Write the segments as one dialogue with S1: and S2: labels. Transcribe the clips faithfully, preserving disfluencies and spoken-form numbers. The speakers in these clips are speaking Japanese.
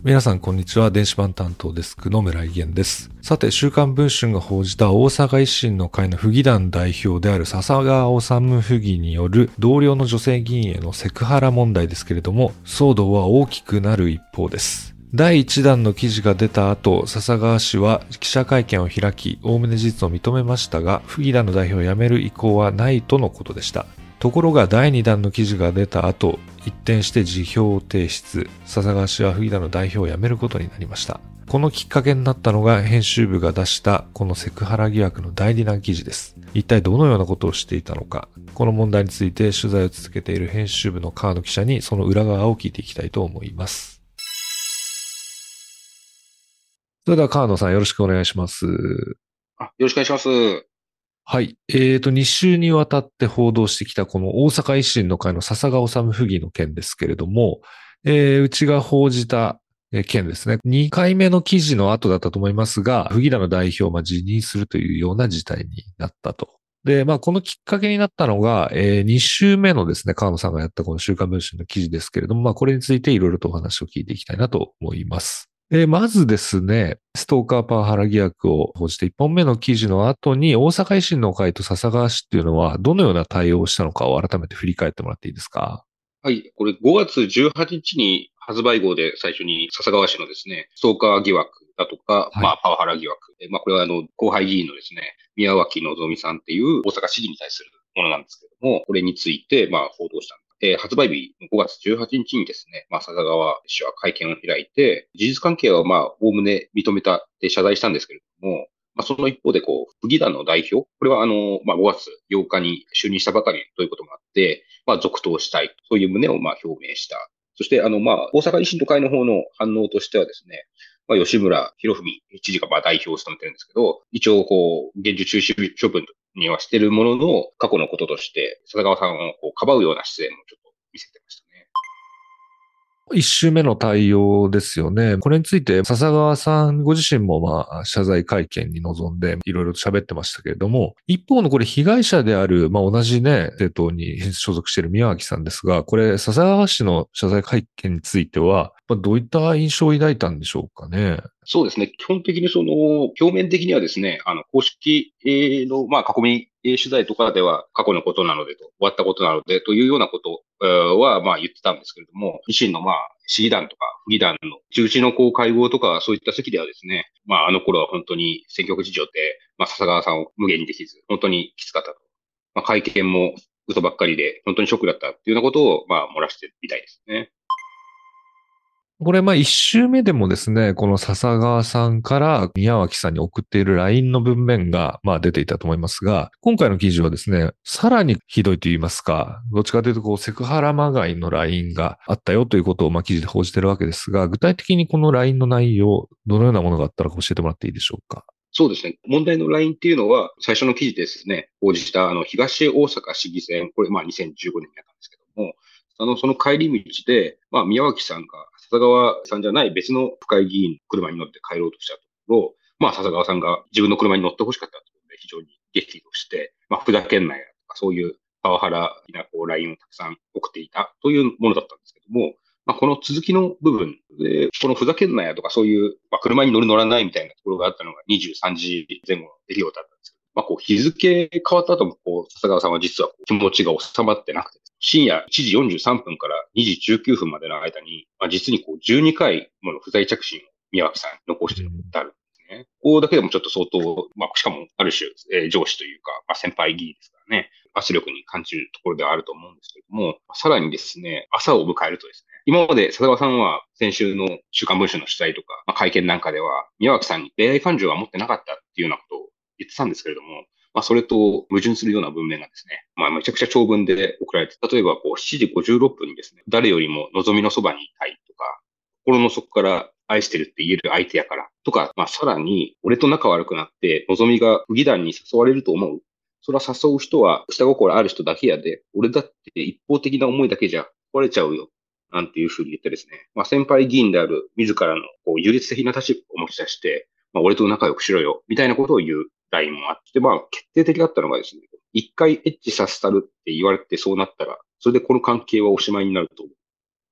S1: 皆さんこんにちは。電子版担当デスクの村井源です。さて、週刊文春が報じた大阪維新の会の府議団代表である笹川治府議による同僚の女性議員へのセクハラ問題ですけれども、騒動は大きくなる一方です。だいいちだんの記事が出た後、笹川氏は記者会見を開き、おおむね事実を認めましたが、府議団の代表を辞める意向はないとのことでした。ところがだいにだんの記事が出た後、一転して辞表を提出。笹川氏は府議団の代表を辞めることになりました。このきっかけになったのが編集部が出したこのセクハラ疑惑のだいにだん記事です。一体どのようなことをしていたのか。この問題について取材を続けている編集部の川野記者にその裏側を聞いていきたいと思います。それでは川野さんよろしくお願いします。
S2: あ、よろしくお願いします。
S1: はい。えーと、に週にわたって報道してきたこの大阪維新の会の笹川治府議の件ですけれども、えー、うちが報じた件ですね。にかいめの記事の後だったと思いますが、府議団の代表をまあ辞任するというような事態になったと。で、まあ、このきっかけになったのが、えー、に週目のですね、川野さんがやったこの週刊文春の記事ですけれども、まあ、これについていろいろとお話を聞いていきたいなと思います。えー、まずですね、ストーカーパワハラ疑惑を報じていっぽんめの記事の後に、大阪維新の会と笹川氏っていうのは、どのような対応をしたのかを改めて振り返ってもらっていいですか？
S2: はい。これごがつじゅうはちにちに発売号で最初に笹川氏のですね、ストーカー疑惑だとか、
S1: はい。
S2: まあパワハラ疑惑。まあこれはあの、後輩議員のですね、宮脇希さんっていう大阪市議に対するものなんですけども、これについてまあ報道したんです。で、発売日ごがつじゅうはちにちにですね、まあ笹川氏は会見を開いて、事実関係はまあおおむね認めたって謝罪したんですけれども、まあ、その一方で、こう、府議団の代表、これはあの、まあ、ごがつようかに就任したばかりということもあって、まあ、続投したい、そういう旨をまあ表明した。そして、あの、まあ、大阪維新の会の方の反応としてはですね、まあ、吉村博文知事がまあ代表を務めてるんですけど、一応、こう、厳重中止処分にはしてるものの、過去のこととして、笹川さんをこうかばうような姿勢もちょっと見せてましたね。
S1: 一周目の対応ですよね。これについて笹川さんご自身もまあ謝罪会見に臨んでいろいろと喋ってましたけれども、一方のこれ被害者である、まあ同じね、政党に所属している宮脇さんですが、これ笹川氏の謝罪会見については、まあ、どういった印象を抱いたんでしょうかね。
S2: そうですね。基本的にその、表面的にはですね、あの、公式の、まあ、囲み取材とかでは過去のことなのでと、終わったことなのでというようなことは、まあ、言ってたんですけれども、維新の、まあ、市議団とか、府議団の中止のこう会合とか、そういった席ではですね、まあ、あの頃は本当に選挙区事情で、まあ、笹川さんを無限にできず、本当にきつかったと。まあ、会見も嘘ばっかりで、本当にショックだったっていうようなことを、まあ、漏らしてみたいですね。
S1: これ、まあ、一周目でもですね、この笹川さんから宮脇さんに送っている ライン の文面が、まあ、出ていたと思いますが、今回の記事はですね、さらにひどいと言いますか、どっちかというと、こう、セクハラまがいの ライン があったよということを、まあ、記事で報じているわけですが、具体的にこの ライン の内容、どのようなものがあったのか教えてもらっていいでしょうか。
S2: そうですね。問題のラインっていうのは、最初の記事ですね、報じた、あの、東大阪市議選、これ、まあ、にせんじゅうごねんにやったんですけども、あの、その帰り道で、まあ、宮脇さんが、笹川さんじゃない別の府会議員の車に乗って帰ろうとしたところ、まあ、笹川さんが自分の車に乗ってほしかったということで、非常に激怒して、まあ、ふざけんなやとか、そういうパワハラな、こう、ラインをたくさん送っていたというものだったんですけども、まあ、この続きの部分で、このふざけんなやとかそういう、まあ、車に乗る乗らないみたいなところがあったのがにじゅうさんじぜん後の出来事だったんですけど、まあ、こう日付変わった後も、こう、笹川さんは実は気持ちが収まってなくて、深夜いちじよんじゅうさんぷんからにじじゅうきゅうふんまでの間に、まあ、実にこうじゅうにかいもの不在着信を宮脇さんに残していることってあるんですね。ここだけでもちょっと相当、まあ、しかもある種、えー上司というか、まあ、先輩議員ですからね、圧力に感じるところではあると思うんですけれども、さらにですね、朝を迎えるとですね、今まで佐川さんは先週の週刊文春の取材とか、まあ、会見なんかでは、宮脇さんに恋愛感情は持ってなかったっていうようなことを言ってたんですけれども、まあ、それと矛盾するような文面がですね、まあ、めちゃくちゃ長文で送られて、例えばこうしちじごじゅうろっぷんにですね、誰よりも望みのそばにいたいとか、心の底から愛してるって言える相手やから、とか、まあ、さらに、俺と仲悪くなって、望みが不義団に誘われると思う。それは誘う人は下心ある人だけやで、俺だって一方的な思いだけじゃ壊れちゃうよ。なんていうふうに言ってですね、まあ、先輩議員である自らのこう優劣的な立場を持ち出して、まあ、俺と仲良くしろよ、みたいなことを言うラインもあって、まあ、決定的だったのがですね、一回エッチさせたるって言われてそうなったら、それでこの関係はおしまいになると思う。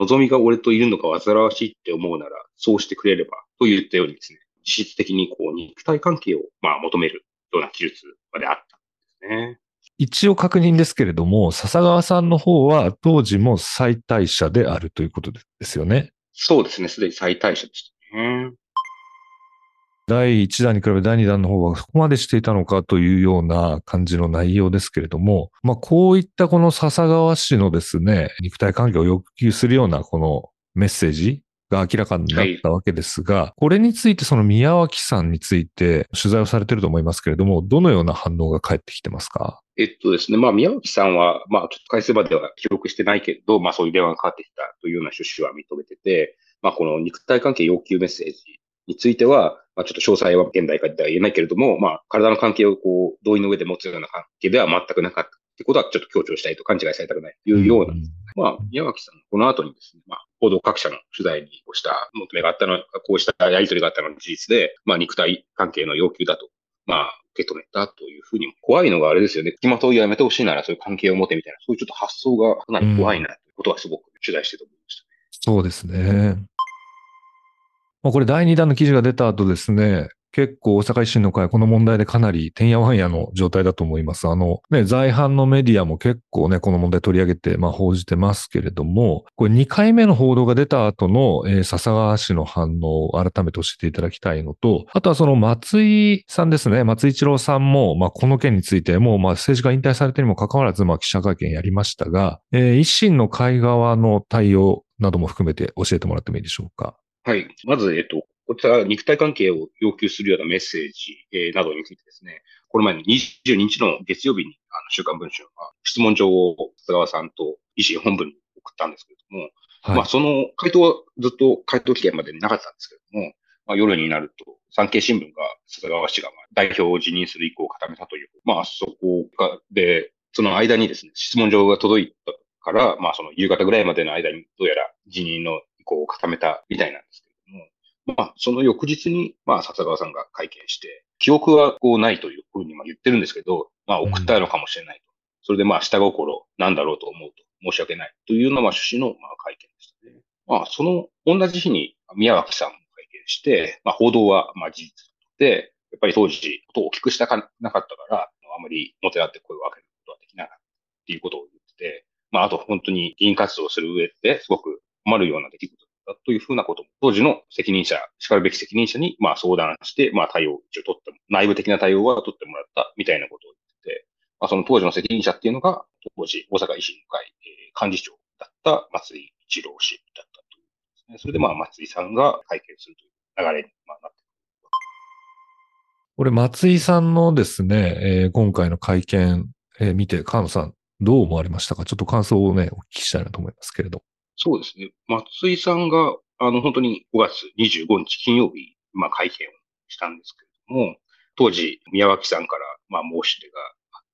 S2: 望みが俺といるのが煩わしいって思うなら、そうしてくれれば、と言ったようにですね、実質的にこう肉体関係をまあ求めるような記述まであったんですね。
S1: 一応確認ですけれども、笹川さんの方は当時も妻帯者であるということですよね。
S2: そうですね、すでに妻帯者でしたね。
S1: だいいちだんに比べだいにだんの方はそこまでしていたのかというような感じの内容ですけれども、まあこういったこの笹川氏のですね、肉体関係を要求するようなこのメッセージが明らかになったわけですが、はい、これについてその宮脇さんについて取材をされていると思いますけれども、どのような反応が返ってきてますか？
S2: えっとですね、まあ宮脇さんは、まあちょっと回数までは記録してないけど、まあそういう電話がかかってきたというような趣旨は認めてて、まあこの肉体関係要求メッセージについては、まあちょっと詳細は現代化では言えないけれども、まあ体の関係をこう同意の上で持つような関係では全くなかったってことはちょっと強調したいと勘違いされたくないというような、うん、まあ宮脇さん、この後にですね、まあ報道各社の取材にこうした求めがあったの、こうしたやり取りがあったのは事実で、まあ肉体関係の要求だと、まあ受け止めたというふうに、怖いのがあれですよね。付きまといをやめてほしいならそういう関係を持てみたいな、そういうちょっと発想がかなり怖いなということはすごく取材してて思いました、ね、
S1: うん。そうですね。まあ、これだいにだんの記事が出た後ですね、結構大阪維新の会はこの問題でかなりてんやわんやの状態だと思います。あのね、在阪のメディアも結構ね、この問題取り上げて、まあ報じてますけれども、これにかいめの報道が出た後の、えー、笹川氏の反応を改めて教えていただきたいのと、あとはその松井さんですね、松井一郎さんも、まあこの件についてもうまあ政治家引退されてにもかかわらず、まあ記者会見やりましたが、えー、維新の会側の対応なども含めて教えてもらってもいいでしょうか。
S2: はい。まず、えっと、こちら肉体関係を要求するようなメッセージ、えー、などについてですね、この前のにじゅうににちの月曜日に、あの、週刊文春が質問状を笹川さんと維新本部に送ったんですけれども、はい、まあ、その回答はずっと回答期限までなかったんですけれども、まあ、夜になると、産経新聞が笹川氏が代表を辞任する意向を固めたという、まあ、そこで、その間にですね、質問状が届いたから、まあ、その夕方ぐらいまでの間に、どうやら辞任の意向を固めたみたいなんですけれども、まあ、その翌日に、まあ、笹川さんが会見して、記憶はこうないというふうに言ってるんですけど、まあ、送ったのかもしれないと。うん、それでまあ、下心なんだろうと思うと、申し訳ないというのがまあ趣旨のまあ会見でしたね。まあ、その同じ日に宮脇さんも会見して、まあ、報道はまあ事実で、やっぱり当時、ことを大きくしたかなかったから、あまり表立って声を上げることはできなかったっていうことを言ってて、まあ、あと本当に議員活動をする上ですごく困るような出来事だというふうなことも、当時の責任者、叱るべき責任者にまあ相談して、まあ対応を一応取っても、内部的な対応は取ってもらったみたいなことを言ってて、まあ、その当時の責任者っていうのが、当時大阪維新の会、えー、幹事長だった松井一郎氏だったというですね。それでまあ松井さんが会見するという流れにまあなっている。
S1: これ松井さんのですね、えー、今回の会見、えー、見て、川野さんどう思われましたか？ちょっと感想をね、お聞きしたいなと思いますけれど。
S2: そうですね。松井さんが、あの、本当にごがつにじゅうごにち金曜日、まあ会見をしたんですけれども、当時、宮脇さんから、まあ申し出があって、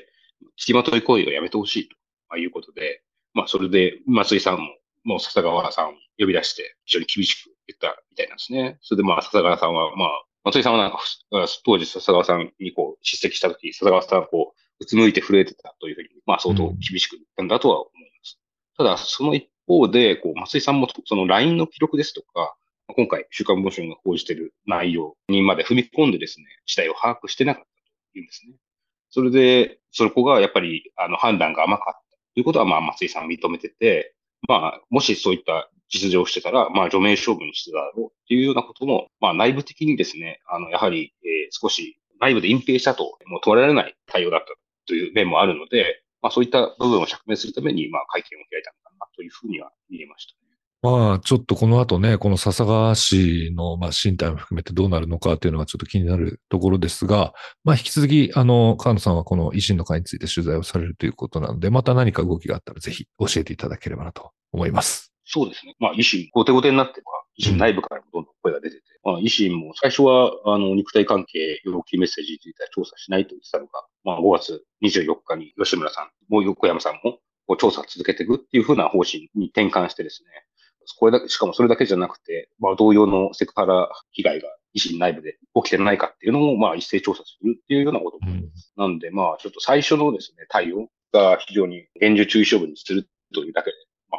S2: 付きまとい行為をやめてほしいということで、まあそれで松井さんも、もう笹川さんを呼び出して非常に厳しく言ったみたいなんですね。それでまあ笹川さんは、まあ、松井さんはなんか、当時笹川さんにこう叱責したとき、笹川さんはこう、うつむいて震えてたというふうに、まあ相当厳しく言ったんだとは思います。うん、ただ、その一方で、こう、松井さんもその ライン の記録ですとか、今回、週刊文春が報じている内容にまで踏み込んでですね、事態を把握してなかったというんですね。それで、そこがやっぱり、あの、判断が甘かったということは、まあ、松井さん認めてて、まあ、もしそういった実情をしてたら、まあ、除名勝負にしてただろうっていうようなことも、まあ、内部的にですね、あの、やはり、えー、少し内部で隠蔽したと、もう問われられない対応だったという面もあるので、まあ、そういった部分を釈明するために、まあ、会見を開いたのかなというふうには見えましたね。
S1: まあ、ちょっとこの後ね、この笹川氏の、まあ、進退も含めてどうなるのかというのがちょっと気になるところですが、まあ、引き続き、あの、川野さんはこの維新の会について取材をされるということなので、また何か動きがあったらぜひ教えていただければなと思います。
S2: そうですね。まあ、維新、後手後手になってるのは、維新内部からもどんどん声が出てて、うん、まあ、維新も最初は、あの、肉体関係要求メッセージについては調査しないと言ってたのが、まあ、ごがつにじゅうよっかに吉村さん、もう横山さんも、こう調査を続けていくっていうふうな方針に転換してですね、これだけ、しかもそれだけじゃなくて、まあ、同様のセクハラ被害が維新内部で起きてないかっていうのも、まあ、一斉調査するっていうようなことも、うん、なんで、まあ、ちょっと最初のですね、対応が非常に厳重注意処分にするというだけで、まあ、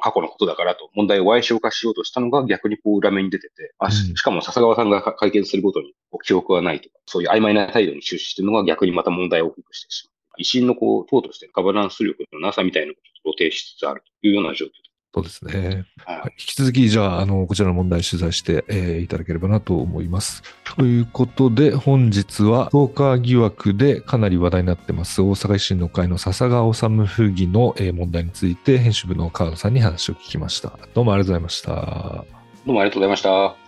S2: 過去のことだからと問題を歪償化しようとしたのが逆にこう裏目に出てて、あし
S1: うん。
S2: しかも笹川さんが会見するごとにこう記憶はないとか、そういう曖昧な態度に終始しているのが逆にまた問題を大きくしてしまう。維新のこう党としてのガバナンス力のなさみたいなことを露呈しつつあるというような状況です。
S1: そうですね。はい。
S2: はい。
S1: 引き続き、じゃあ、あの、こちらの問題取材して、えーいただければなと思います。ということで、本日は、ストーカー疑惑でかなり話題になってます、大阪維新の会の笹川治府議の、えー問題について、編集部の川野さんに話を聞きました。どうもありがとうございました。
S2: どうもありがとうございました。